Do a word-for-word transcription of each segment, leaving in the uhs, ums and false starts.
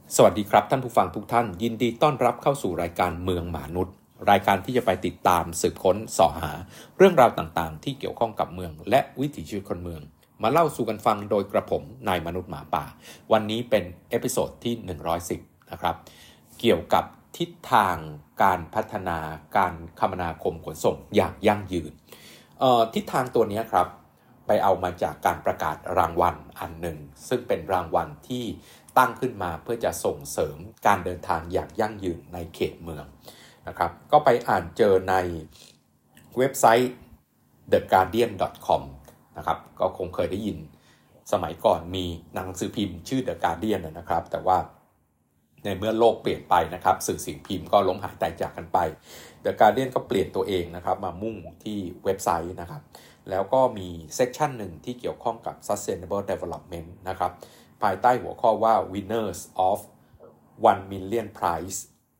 สวัสดีครับท่านผู้ฟังทุกท่านยินดีต้อนรับเข้าสู่รายการเมืองมนุษย์รายการที่จะไปติดตามสืบค้นเสาะหาเรื่องราวต่างๆที่เกี่ยวข้องกับเมืองและวิถีชีวิตคนเมืองมาเล่าสู่กันฟังโดยกระผมนายมนุษย์หมาป่าวันนี้เป็นเอพิโซดที่หนึ่งร้อยสิบนะครับเกี่ยวกับทิศทางการพัฒนาการคมนาคมขนส่งอย่างยั่งยืนทิศทางตัวนี้ครับไปเอามาจากการประกาศรางวัลอันหนึ่งซึ่งเป็นรางวัลที่ตั้งขึ้นมาเพื่อจะส่งเสริมการเดินทางอย่างยั่งยืนในเขตเมืองนะครับก็ไปอ่านเจอในเว็บไซต์ เดอะการ์เดียน ดอท คอม นะครับก็คงเคยได้ยินสมัยก่อนมีหนังสือพิมพ์ชื่อ เดอะการ์เดียน นะครับแต่ว่าในเมื่อโลกเปลี่ยนไปนะครับสื่อสิ่งพิมพ์ก็ล้มหายตายจากกันไป เดอะการ์เดียน ก็เปลี่ยนตัวเองนะครับมามุ่งที่เว็บไซต์นะครับแล้วก็มีเซกชันหนึ่งที่เกี่ยวข้องกับ Sustainable Development นะครับภายใต้หัวข้อว่า Winners of one million Prize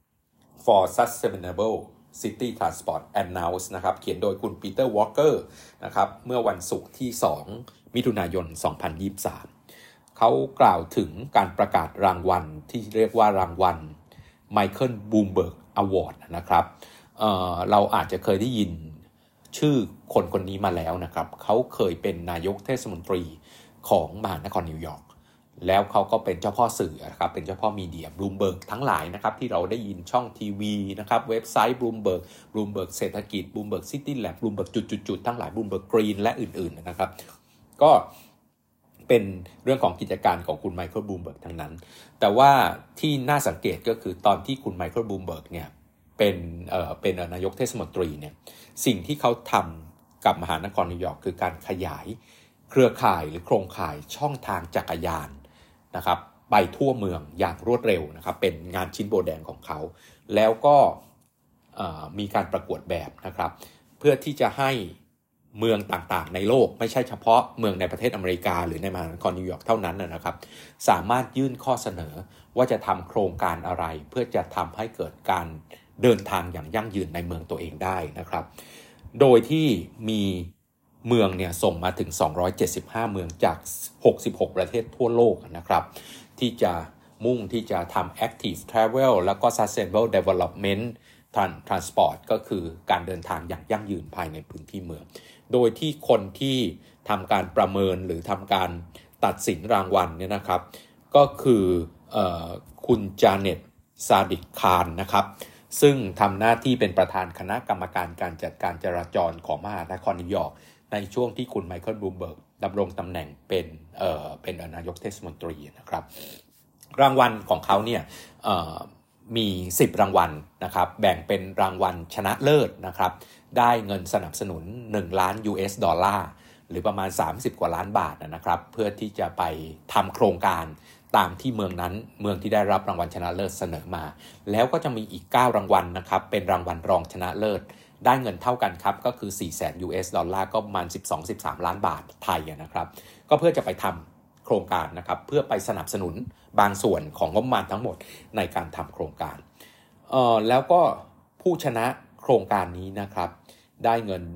for Sustainable City Transport Announced นะครับเขียนโดยคุณปีเตอร์วอลเกอร์นะครับเมื่อวันศุกร์ที่สองมิถุนายนสองพันยี่สิบสามเขากล่าวถึงการประกาศรางวัลที่เรียกว่ารางวัล Michael Bloomberg Award นะครับ เอ่อ เราอาจจะเคยได้ยินชื่อคนคนนี้มาแล้วนะครับเขาเคยเป็นนายกเทศมนตรีของมหานครนิวยอร์กแล้วเขาก็เป็นเจ้าพ่อสื่อนะครับเป็นเจ้าพ่อมีเดียบลูมเบิร์กทั้งหลายนะครับที่เราได้ยินช่องทีวีนะครับเว็บไซต์บลูมเบิร์กบลูมเบิร์กเศรษฐกิจบลูมเบิร์กซิตี้แลบบลูมเบิร์กจุดๆๆทั้งหลายบลูมเบิร์กกรีนและอื่นๆนะครับก็เป็นเรื่องของกิจการของคุณไมเคิลบลูมเบิร์กทั้งนั้นแต่ว่าที่น่าสังเกตก็คือตอนที่คุณไมเคิลบลูมเบิร์กเนี่ยเป็นเอ่อเป็นนายกเทศมนตรีเนี่ยสิ่งที่เขาทำกับมหานครนิวยอร์กคือการขยายเครือข่ายหรือโครงข่ายช่องทางจักรยานนะครับไปทั่วเมืองอย่างรวดเร็วนะครับเป็นงานชิ้นโบแดงของเขาแล้วก็มีการประกวดแบบนะครับเพื่อที่จะให้เมืองต่างๆในโลกไม่ใช่เฉพาะเมืองในประเทศอเมริกาหรือในมหานครนิวยอร์กเท่านั้นนะครับสามารถยื่นข้อเสนอว่าจะทำโครงการอะไรเพื่อจะทำให้เกิดการเดินทางอย่างยั่งยืนในเมืองตัวเองได้นะครับโดยที่มีเมืองเนี่ยส่งมาถึงสองร้อยเจ็ดสิบห้าเมืองจากหกสิบหกประเทศทั่วโลกนะครับที่จะมุ่งที่จะทำ active travel แล้วก็ sustainable development transport ก็คือการเดินทางอย่างยั่งยืนภายในพื้นที่เมืองโดยที่คนที่ทำการประเมินหรือทำการตัดสินรางวัลเนี่ยนะครับก็คือเอ่อคุณจาเน็ตซาดิกคารนะครับซึ่งทำหน้าที่เป็นประธานคณะกรรมการการจัดการจราจรของมหานครนิวยอร์กในช่วงที่คุณไมเคิลบลูมเบิร์กดำรงตำแหน่งเป็นเอ่อเป็นนายกเทศมนตรีนะครับรางวัลของเขาเนี่ยเอ่อมีสิบรางวัลนะครับแบ่งเป็นรางวัลชนะเลิศนะครับได้เงินสนับสนุนหนึ่งล้าน ยู เอส ดอลลาร์หรือประมาณสามสิบกว่าล้านบาทนะครับเพื่อที่จะไปทำโครงการตามที่เมืองนั้นเมืองที่ได้รับรางวัลชนะเลิศเสนอมาแล้วก็จะมีอีกเก้ารางวัลนะครับเป็นรางวัลรองชนะเลิศได้เงินเท่ากันครับก็คือ สี่แสน ยู เอส ดอลลาร์ก็ประมาณ สิบสองถึงสิบสาม ล้านบาทไทยนะครับก็เพื่อจะไปทำโครงการนะครับเพื่อไปสนับสนุนบางส่วนของงบประมาณทั้งหมดในการทำโครงการเอ่อแล้วก็ผู้ชนะโครงการนี้นะครับได้เงิน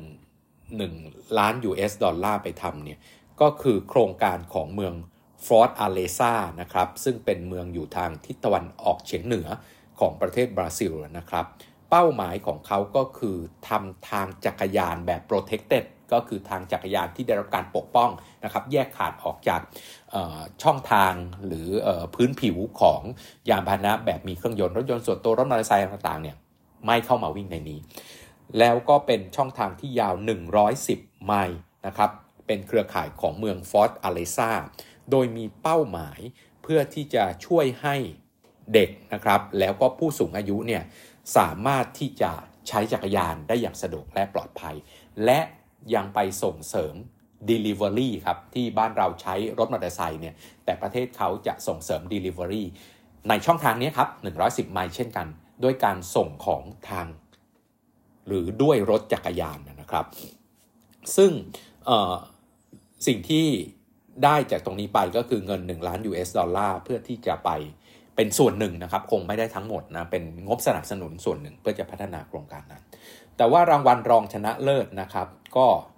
1 1ล้าน ยู เอส ดอลลาร์ไปทำเนี่ยก็คือโครงการของเมืองฟอร์ตอาเลซานะครับซึ่งเป็นเมืองอยู่ทางทิศตะวันออกเฉียงเหนือของประเทศบราซิลนะครับเป้าหมายของเขาก็คือทำทางจักรยานแบบ protected ก็คือทางจักรยานที่ได้รับการปกป้องนะครับแยกขาดออกจากช่องทางหรือพื้นผิวของยานพาหนะแบบมีเครื่องยนต์รถยนต์ส่วนตัวรถมอเตอร์ไซค์ต่างๆเนี่ยไม่เข้ามาวิ่งในนี้แล้วก็เป็นช่องทางที่ยาวหนึ่งร้อยสิบไมล์นะครับเป็นเครือข่ายของเมืองฟอร์ตอาเลซาโดยมีเป้าหมายเพื่อที่จะช่วยให้เด็กนะครับแล้วก็ผู้สูงอายุเนี่ยสามารถที่จะใช้จักรยานได้อย่างสะดวกและปลอดภัยและยังไปส่งเสริม delivery ครับที่บ้านเราใช้รถมอเตอร์ไซค์เนี่ยแต่ประเทศเขาจะส่งเสริม delivery ในช่องทางนี้ครับหนึ่งร้อยสิบไมล์เช่นกันด้วยการส่งของทางหรือด้วยรถจักรยานนะครับซึ่งสิ่งที่ได้จากตรงนี้ไปก็คือเงินหนึ่งล้าน ยู เอส ดอลลาร์เพื่อที่จะไปเป็นส่วนหนึ่งนะครับคงไม่ได้ทั้งหมดนะเป็นงบสนับสนุนส่วนหนึ่งเพื่อจะพัฒนาโครงการนั้นแต่ว่ารางวัลรองชนะเลิศนะครับก็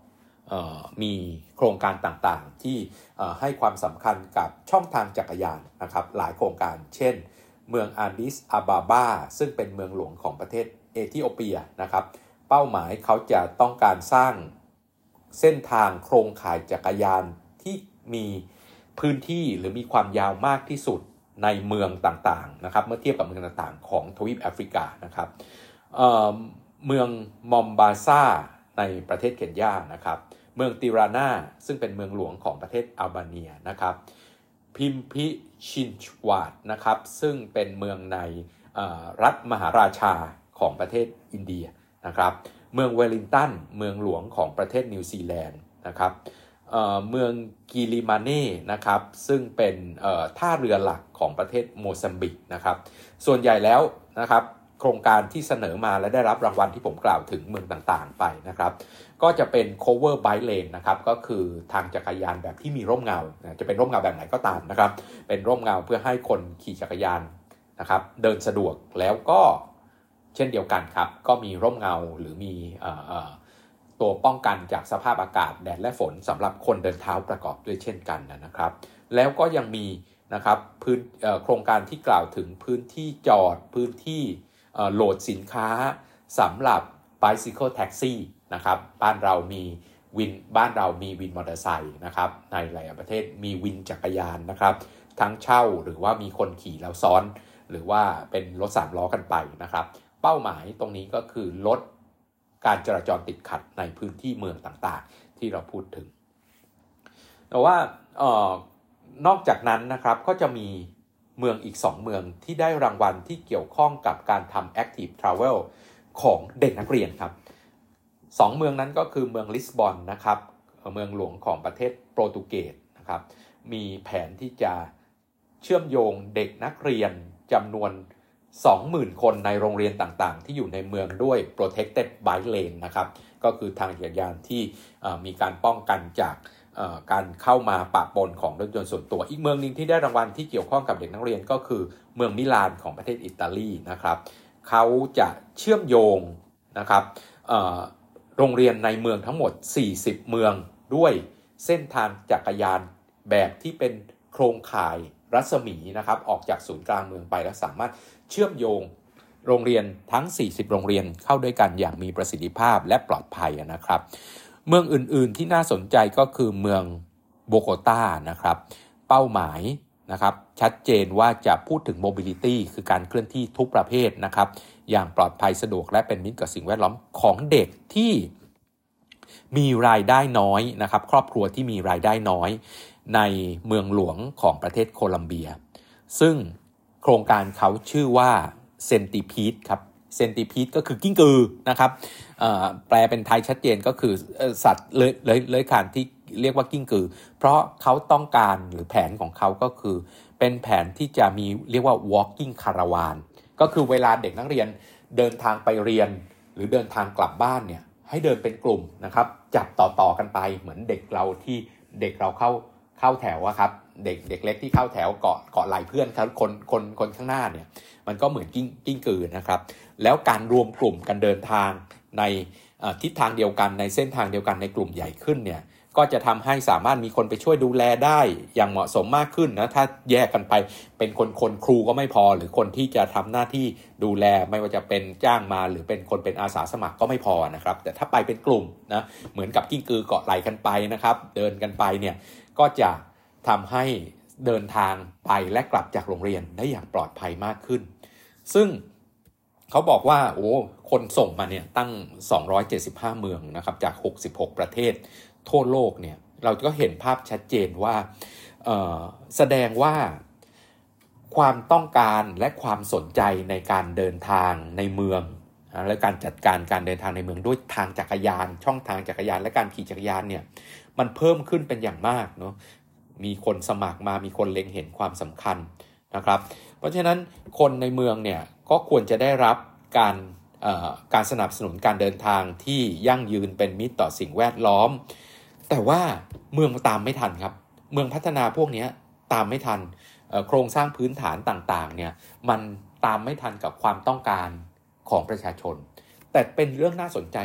มีโครงการต่างๆที่ให้ความสำคัญกับช่องทางจักรยานนะครับหลายโครงการเช่นเมืองอาดิสอาบาบาซึ่งเป็นเมืองหลวงของประเทศเอธิโอเปียนะครับเป้าหมายเขาจะต้องการสร้างเส้นทางโครงข่ายจักรยานที่มีพื้นที่หรือมีความยาวมากที่สุดในเมืองต่างๆนะครับเมื่อเทียบกับเมืองต่างๆของทวีปแอฟริกานะครับ เอ่อ เมืองมอมบาซาในประเทศเคนยานะครับเมืองติรานาซึ่งเป็นเมืองหลวงของประเทศอัลบาเนียนะครับพิมพิชินชวาดนะครับซึ่งเป็นเมืองในรัฐมหาราชาของประเทศอินเดียนะครับเมืองเวลลิงตันเมืองหลวงของประเทศนิวซีแลนด์นะครับ เอ่อ เมืองกิลิมาเน่นะครับซึ่งเป็นท่าเรือหลักของประเทศโมซัมบิกนะครับส่วนใหญ่แล้วนะครับโครงการที่เสนอมาและได้รับรางวัลที่ผมกล่าวถึงเมืองต่างๆไปนะครับก็จะเป็น cover bike lane นะครับก็คือทางจักรยานแบบที่มีร่มเงาจะเป็นร่มเงาแบบไหนก็ตามนะครับเป็นร่มเงาเพื่อให้คนขี่จักรยานนะครับเดินสะดวกแล้วก็เช่นเดียวกันครับก็มีร่มเงาหรือมีตัวป้องกันจากสภาพอากาศแดดและฝนสำหรับคนเดินเท้าประกอบด้วยเช่นกันนะครับแล้วก็ยังมีนะครับพื้นโครงการที่กล่าวถึงพื้นที่จอดพื้นที่โหลดสินค้าสำหรับ bicycle taxi นะครับบ้านเรามีวินบ้านเรามีวินมอเตอร์ไซค์นะครับในหลายประเทศมีวินจักรยานนะครับทั้งเช่าหรือว่ามีคนขี่แล้วซ้อนหรือว่าเป็นรถสามล้อกันไปนะครับเป้าหมายตรงนี้ก็คือลดการจราจรติดขัดในพื้นที่เมืองต่างๆที่เราพูดถึงแต่ว่าเอ่อนอกจากนั้นนะครับก็จะมีเมืองอีกสองเมืองที่ได้รางวัลที่เกี่ยวข้องกับการทำ Active Travel ของเด็กนักเรียนครับสองเมืองนั้นก็คือเมืองลิสบอนนะครับเมืองหลวงของประเทศโปรตุเกสนะครับมีแผนที่จะเชื่อมโยงเด็กนักเรียนจำนวน สองหมื่น คนในโรงเรียนต่างๆที่อยู่ในเมืองด้วย Protected Bike Lane นะครับก็คือทางจักรยานที่มีการป้องกันจากการเข้ามาปะปนของรถยนต์ส่วนตัวอีกเมืองนึงที่ได้รางวัลที่เกี่ยวข้องกับเด็กนักเรียนก็คือเมืองมิลานของประเทศอิตาลีนะครับเขาจะเชื่อมโยงนะครับโรงเรียนในเมืองทั้งหมดสี่สิบเมืองด้วยเส้นทางจักรยานแบบที่เป็นโครงข่ายรัศมีนะครับออกจากศูนย์กลางเมืองไปและสามารถเชื่อมโยงโรงเรียนทั้งสี่สิบโรงเรียนเข้าด้วยกันอย่างมีประสิทธิภาพและปลอดภัยนะครับเมืองอื่นๆที่น่าสนใจก็คือเมืองโบโกตานะครับเป้าหมายนะครับชัดเจนว่าจะพูดถึง mobility คือการเคลื่อนที่ทุกประเภทนะครับอย่างปลอดภัยสะดวกและเป็นมิตรกับสิ่งแวดล้อมของเด็กที่มีรายได้น้อยนะครับครอบครัวที่มีรายได้น้อยในเมืองหลวงของประเทศโคลัมเบียซึ่งโครงการเขาชื่อว่าเซนติพีดครับเซนติพีดก็คือกิ้งกือนะครับแปลเป็นไทยชัดเจนก็คือสัตว์เลื้อยคลานที่เรียกว่ากิ้งกือเพราะเขาต้องการหรือแผนของเขาก็คือเป็นแผนที่จะมีเรียกว่า walking caravan ก็คือเวลาเด็กนักเรียนเดินทางไปเรียนหรือเดินทางกลับบ้านเนี่ยให้เดินเป็นกลุ่มนะครับจับต่อๆกันไปเหมือนเด็กเราที่เด็กเราเข้าเข้าแถวอะครับเด็กเด็กเล็กที่เข้าแถวเกาะเกาะไหล่เพื่อนครับคนคนคนข้างหน้าเนี่ยมันก็เหมือนกิ้งกิ้งกือนะครับแล้วการรวมกลุ่มกันเดินทางในทิศทางเดียวกันในเส้นทางเดียวกันในกลุ่มใหญ่ขึ้นเนี่ยก็จะทำให้สามารถมีคนไปช่วยดูแลได้อย่างเหมาะสมมากขึ้นนะถ้าแยกกันไปเป็นคนคนครูก็ไม่พอหรือคนที่จะทำหน้าที่ดูแลไม่ว่าจะเป็นจ้างมาหรือเป็นคนเป็นอาสาสมัครก็ไม่พอนะครับแต่ถ้าไปเป็นกลุ่มนะเหมือนกับกิ้งกือเกาะไหล่กันไปนะครับเดินกันไปเนี่ยก็จะทำให้เดินทางไปและกลับจากโรงเรียนได้อย่างปลอดภัยมากขึ้นซึ่งเขาบอกว่าโอ้คนส่งมาเนี่ยตั้งสองร้อยเจ็ดสิบห้าเมืองนะครับจากหกสิบหกประเทศทั่วโลกเนี่ยเราก็เห็นภาพชัดเจนว่าเอ่อแสดงว่าความต้องการและความสนใจในการเดินทางในเมืองและการจัดการการเดินทางในเมืองด้วยทางจักรยานช่องทางจักรยานและการขี่จักรยานเนี่ยมันเพิ่มขึ้นเป็นอย่างมากเนาะมีคนสมัครมามีคนเล็งเห็นความสำคัญนะครับเพราะฉะนั้นคนในเมืองเนี่ยก็ควรจะได้รับการเอ่อการสนับสนุนการเดินทางที่ยั่งยืนเป็นมิตรต่อสิ่งแวดล้อมแต่ว่าเมืองตามไม่ทันครับเมืองพัฒนาพวกนี้ตามไม่ทันโครงสร้างพื้นฐานต่างๆเนี่ยมันตามไม่ทันกับความต้องการของประชาชนแต่เป็นเรื่องน่าสนใจครับ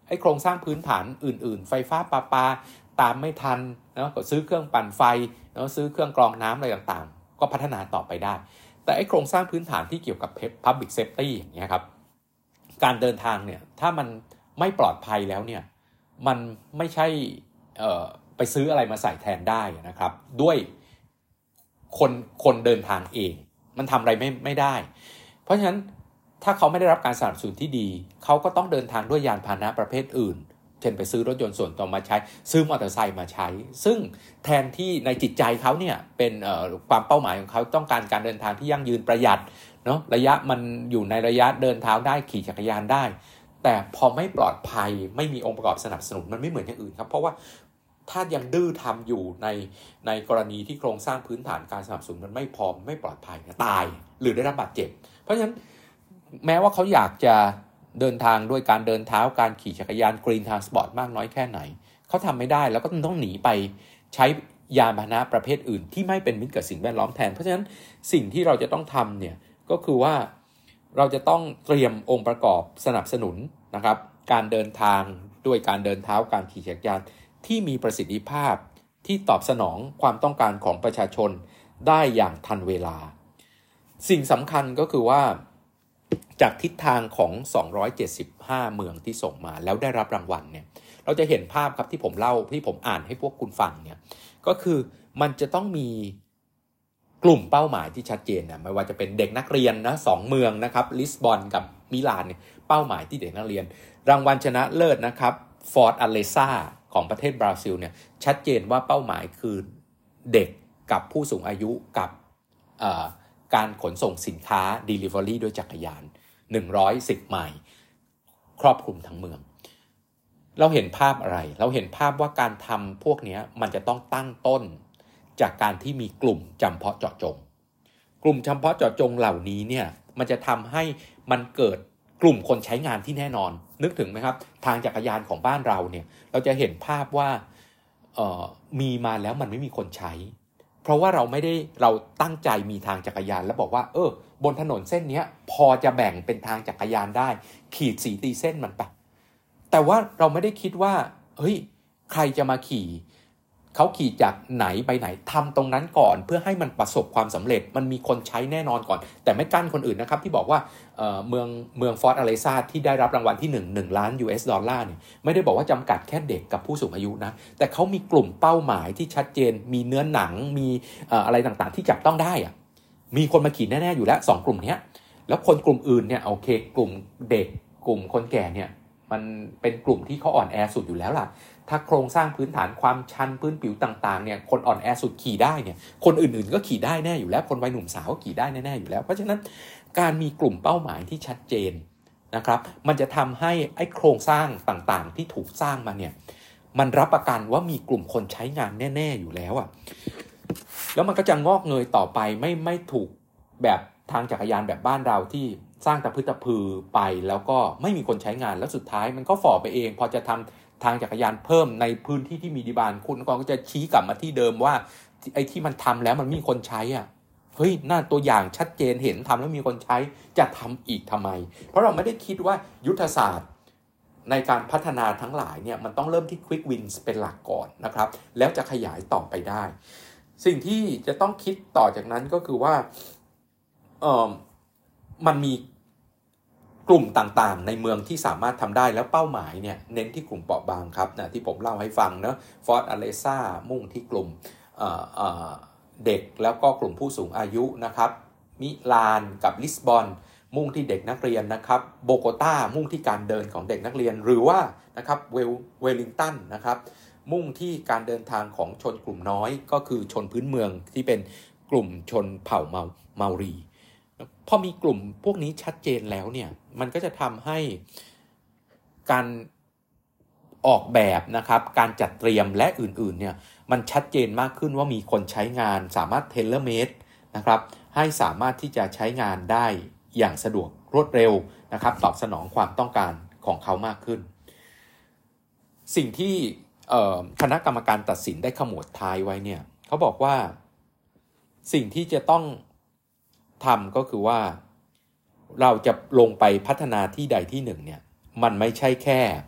ไอ้โครงสร้างพื้นฐานอื่นๆไฟฟ้าประปาตามไม่ทันนะก็ซื้อเครื่องปั่นไฟแล้วซื้อเครื่องกรองน้ำอะไรต่างๆก็พัฒนาต่อไปได้แต่ไอ้โครงสร้างพื้นฐานที่เกี่ยวกับ Public Safety อย่างเงี้ยครับการเดินทางเนี่ยถ้ามันไม่ปลอดภัยแล้วเนี่ยมันไม่ใช่เอ่อไปซื้ออะไรมาใส่แทนได้นะครับด้วยคนคนเดินทางเองมันทำอะไรไม่ไม่ได้เพราะฉะนั้นถ้าเขาไม่ได้รับการสนับสนุนที่ดีเขาก็ต้องเดินทางด้วยยานพาหนะประเภทอื่นเช่นไปซื้อรถยนต์ส่วนตัวมาใช้ซื้อมอเตอร์ไซค์มาใช้ซึ่งแทนที่ในจิตใจเขาเนี่ยเป็นเอ่อความเป้าหมายของเขาต้องการการเดินทางที่ยั่งยืนประหยัดเนาะระยะมันอยู่ในระยะเดินเท้าได้ขี่จักรยานได้แต่พอไม่ปลอดภัยไม่มีองค์ประกอบสนับสนุนมันไม่เหมือนอย่างอื่นครับเพราะว่าถ้ายังดื้อทำอยู่ในในกรณีที่โครงสร้างพื้นฐานการสนับสนุนมันไม่พอไม่ปลอดภัยตายหรือได้รับบาดเจ็บเพราะฉะนั้นแม้ว่าเขาอยากจะเดินทางด้วยการเดินเท้าการขี่จักรยานกรีนทรานสปอร์ตมากน้อยแค่ไหนเขาทำไม่ได้แล้วก็ต้องหนีไปใช้ยานพาหนะประเภทอื่นที่ไม่เป็นมิตรกับสิ่งแวดล้อมแทนเพราะฉะนั้นสิ่งที่เราจะต้องทำเนี่ยก็คือว่าเราจะต้องเตรียมองค์ประกอบสนับสนุนนะครับการเดินทางด้วยการเดินเท้าการขี่จักรยานที่มีประสิทธิภาพที่ตอบสนองความต้องการของประชาชนได้อย่างทันเวลาสิ่งสำคัญก็คือว่าจากทิศทางของสองร้อยเจ็ดสิบห้าเมืองที่ส่งมาแล้วได้รับรางวัลเนี่ยเราจะเห็นภาพครับที่ผมเล่าที่ผมอ่านให้พวกคุณฟังเนี่ยก็คือมันจะต้องมีกลุ่มเป้าหมายที่ชัดเจนนะไม่ว่าจะเป็นเด็กนักเรียนนะสองเมืองนะครับลิสบอนกับมิลานเนี่ยเป้าหมายที่เด็กนักเรียนรางวัลชนะเลิศนะครับฟอร์ดอเลซ่าของประเทศบราซิลเนี่ยชัดเจนว่าเป้าหมายคือเด็กกับผู้สูงอายุกับการขนส่งสินค้า Delivery ด้วยจักรยานหนึ่งร้อยสิบไมล์ครอบคลุมทั้งเมืองเราเห็นภาพอะไรเราเห็นภาพว่าการทำพวกนี้มันจะต้องตั้งต้นจากการที่มีกลุ่มจำเพาะเจาะจงกลุ่มจำเพาะเจาะจงเหล่านี้เนี่ยมันจะทำให้มันเกิดกลุ่มคนใช้งานที่แน่นอนนึกถึงไหมครับทางจักรยานของบ้านเราเนี่ยเราจะเห็นภาพว่าเอ่อมีมาแล้วมันไม่มีคนใช้เพราะว่าเราไม่ได้เราตั้งใจมีทางจักรยานแล้วบอกว่าเออบนถนนเส้นนี้พอจะแบ่งเป็นทางจักรยานได้ขีดสีตีเส้นมันไปแต่ว่าเราไม่ได้คิดว่าเฮ้ยใครจะมาขี่เขาขี่จากไหนไปไหนทำตรงนั้นก่อนเพื่อให้มันประสบความสำเร็จมันมีคนใช้แน่นอนก่อนแต่ไม่กั้นคนอื่นนะครับที่บอกว่าเอ่อเมืองเมืองฟอร์ตอเลซ่าที่ได้รับรางวัลที่หนึ่ง หนึ่งล้าน ยู เอส ดอลลาร์เนี่ยไม่ได้บอกว่าจำกัดแค่เด็กกับผู้สูงอายุนะแต่เขามีกลุ่มเป้าหมายที่ชัดเจนมีเนื้อหนังมีเอ่ออะไรต่างๆที่จับต้องได้อะมีคนมาขี่แน่ๆอยู่แล้วสองกลุ่มนี้แล้วคนกลุ่มอื่นเนี่ยโอเคกลุ่มเด็กกลุ่มคนแก่เนี่ยมันเป็นกลุ่มที่เขาอ่อนแอสุดอยู่แล้วล่ะถ้าโครงสร้างพื้นฐานความชันพื้นผิวต่างๆเนี่ยคนอ่อนแอสุดขี่ได้เนี่ยคนอื่นๆก็ขี่ได้แน่อยู่แล้วคนวัยหนุ่มสาวก็ขี่ได้แน่ๆอยู่แล้วเพราะฉะนั้นการมีกลุ่มเป้าหมายที่ชัดเจนนะครับมันจะทำให้ไอ้โครงสร้างต่างๆที่ถูกสร้างมาเนี่ยมันรับประกันว่ามีกลุ่มคนใช้งานแน่ๆอยู่แล้วอ่ะแล้วมันก็จะงอกเงยต่อไปไม่ไม่ถูกแบบทางจักรยานแบบบ้านเราที่สร้างตะพื้นตะพือไปแล้วก็ไม่มีคนใช้งานแล้วสุดท้ายมันก็ฝ่อไปเองพอจะทำทางจักรยานเพิ่มในพื้นที่ที่มีดีมานด์คุณก็จะชี้กลับมาที่เดิมว่าไอ้ที่มันทำแล้วมันมีคนใช้อ่ะเฮ้ยหน้าตัวอย่างชัดเจนเห็นทำแล้วมีคนใช้จะทำอีกทำไมเพราะเราไม่ได้คิดว่ายุทธศาสตร์ในการพัฒนาทั้งหลายเนี่ยมันต้องเริ่มที่ Quick Wins เป็นหลักก่อนนะครับแล้วจะขยายต่อไปได้สิ่งที่จะต้องคิดต่อจากนั้นก็คือว่าเอ่อมันมีกลุ่มต่างๆในเมืองที่สามารถทำได้แล้วเป้าหมายเนี่ยเน้นที่กลุ่มเปราะบางครับนะที่ผมเล่าให้ฟังเนาะฟอร์ตอเลซ่ามุ่งที่กลุ่มเอ่อเอ่อเด็กแล้วก็กลุ่มผู้สูงอายุนะครับมิลานกับลิสบอนมุ่งที่เด็กนักเรียนนะครับโบโกตามุ่งที่การเดินของเด็กนักเรียนหรือว่านะครับเวลเวลลิงตันนะครับมุ่งที่การเดินทางของชนกลุ่มน้อยก็คือชนพื้นเมืองที่เป็นกลุ่มชนเผ่าเมาเมารีพอมีกลุ่มพวกนี้ชัดเจนแล้วเนี่ยมันก็จะทำให้การออกแบบนะครับการจัดเตรียมและอื่นๆเนี่ยมันชัดเจนมากขึ้นว่ามีคนใช้งานสามารถเทเลเมดนะครับให้สามารถที่จะใช้งานได้อย่างสะดวกรวดเร็วนะครับตอบสนองความต้องการของเขามากขึ้นสิ่งที่คณะกรรมการตัดสินได้ขมวดท้ายไว้เนี่ยเขาบอกว่าสิ่งที่จะต้องทำก็คือว่าเราจะลงไปพัฒนาที่ใดที่หนึ่งเนี่ยมันไม่ใช่แค่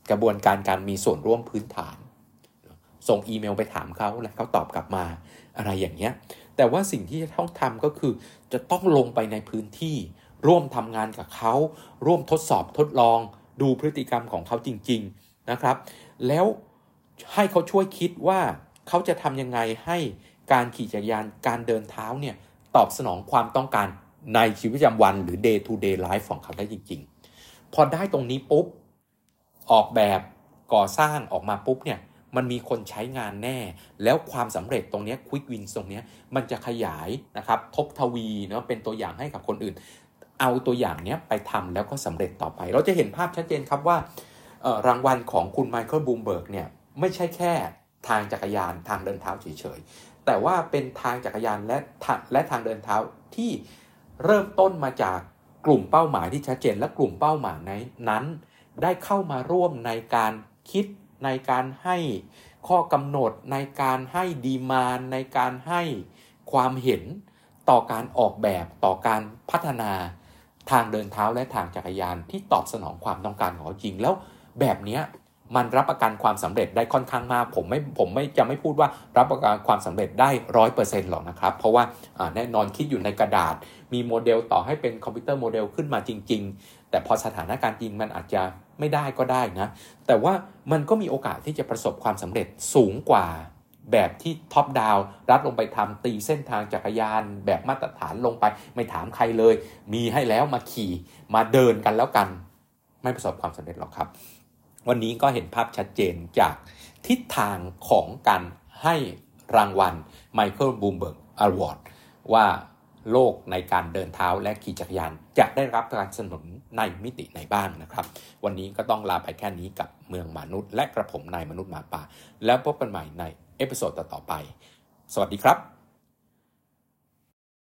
กระบวนการการมีส่วนร่วมพื้นฐานส่งอีเมลไปถามเขาแล้วเขาตอบกลับมาอะไรอย่างเงี้ยแต่ว่าสิ่งที่จะต้องทำก็คือจะต้องลงไปในพื้นที่ร่วมทำงานกับเขาร่วมทดสอบทดลองดูพฤติกรรมของเขาจริงๆนะครับแล้วให้เขาช่วยคิดว่าเขาจะทำยังไงให้การขี่จักรยานการเดินเท้าเนี่ยตอบสนองความต้องการในชีวิตประจำวันหรือ day to day life ของเขาได้จริงๆพอได้ตรงนี้ปุ๊บออกแบบก่อสร้างออกมาปุ๊บเนี่ยมันมีคนใช้งานแน่แล้วความสำเร็จตรงนี้ quick win ตรงนี้มันจะขยายนะครับทบทวีเนาะเป็นตัวอย่างให้กับคนอื่นเอาตัวอย่างนี้ไปทำแล้วก็สำเร็จต่อไปเราจะเห็นภาพชัดเจนครับว่ารางวัลของคุณไมเคิลบูมเบิร์กเนี่ยไม่ใช่แค่ทางจักรยานทางเดินเท้าเฉยๆแต่ว่าเป็นทางจักรยานและและทางเดินเท้าที่เริ่มต้นมาจากกลุ่มเป้าหมายที่ชัดเจนและกลุ่มเป้าหมายนั้นได้เข้ามาร่วมในการคิดในการให้ข้อกำหนดในการให้ดีมานด์ในการให้ความเห็นต่อการออกแบบต่อการพัฒนาทางเดินเท้าและทางจักรยานที่ตอบสนองความต้องการของเขาจริงแล้วแบบนี้มันรับประกันความสำเร็จได้ค่อนข้างมากผมไม่ผมไม่จะไม่พูดว่ารับประกันความสำเร็จได้ ร้อยเปอร์เซ็นต์ หรอกนะครับเพราะว่าแน่นอนคิดอยู่ในกระดาษมีโมเดลต่อให้เป็นคอมพิวเตอร์โมเดลขึ้นมาจริงๆแต่พอสถานการณ์จริงมันอาจจะไม่ได้ก็ได้นะแต่ว่ามันก็มีโอกาสที่จะประสบความสำเร็จสูงกว่าแบบที่ท็อปดาวน์รัดลงไปทำตีเส้นทางจักรยานแบบมาตรฐานลงไปไม่ถามใครเลยมีให้แล้วมาขี่มาเดินกันแล้วกันไม่ประสบความสำเร็จหรอกครับวันนี้ก็เห็นภาพชัดเจนจากทิศทางของการให้รางวัล Michael Bloomberg Award ว่าโลกในการเดินเท้าและขี่จักรยานจะได้รับการสนับสนุนในมิติไหนบ้างนะครับวันนี้ก็ต้องลาไปแค่นี้กับเมืองมนุษย์และกระผมนายมนุษย์หมาป่าแล้วพบกันใหม่ในเอพิโซดต่อๆไปสวัสดีครับ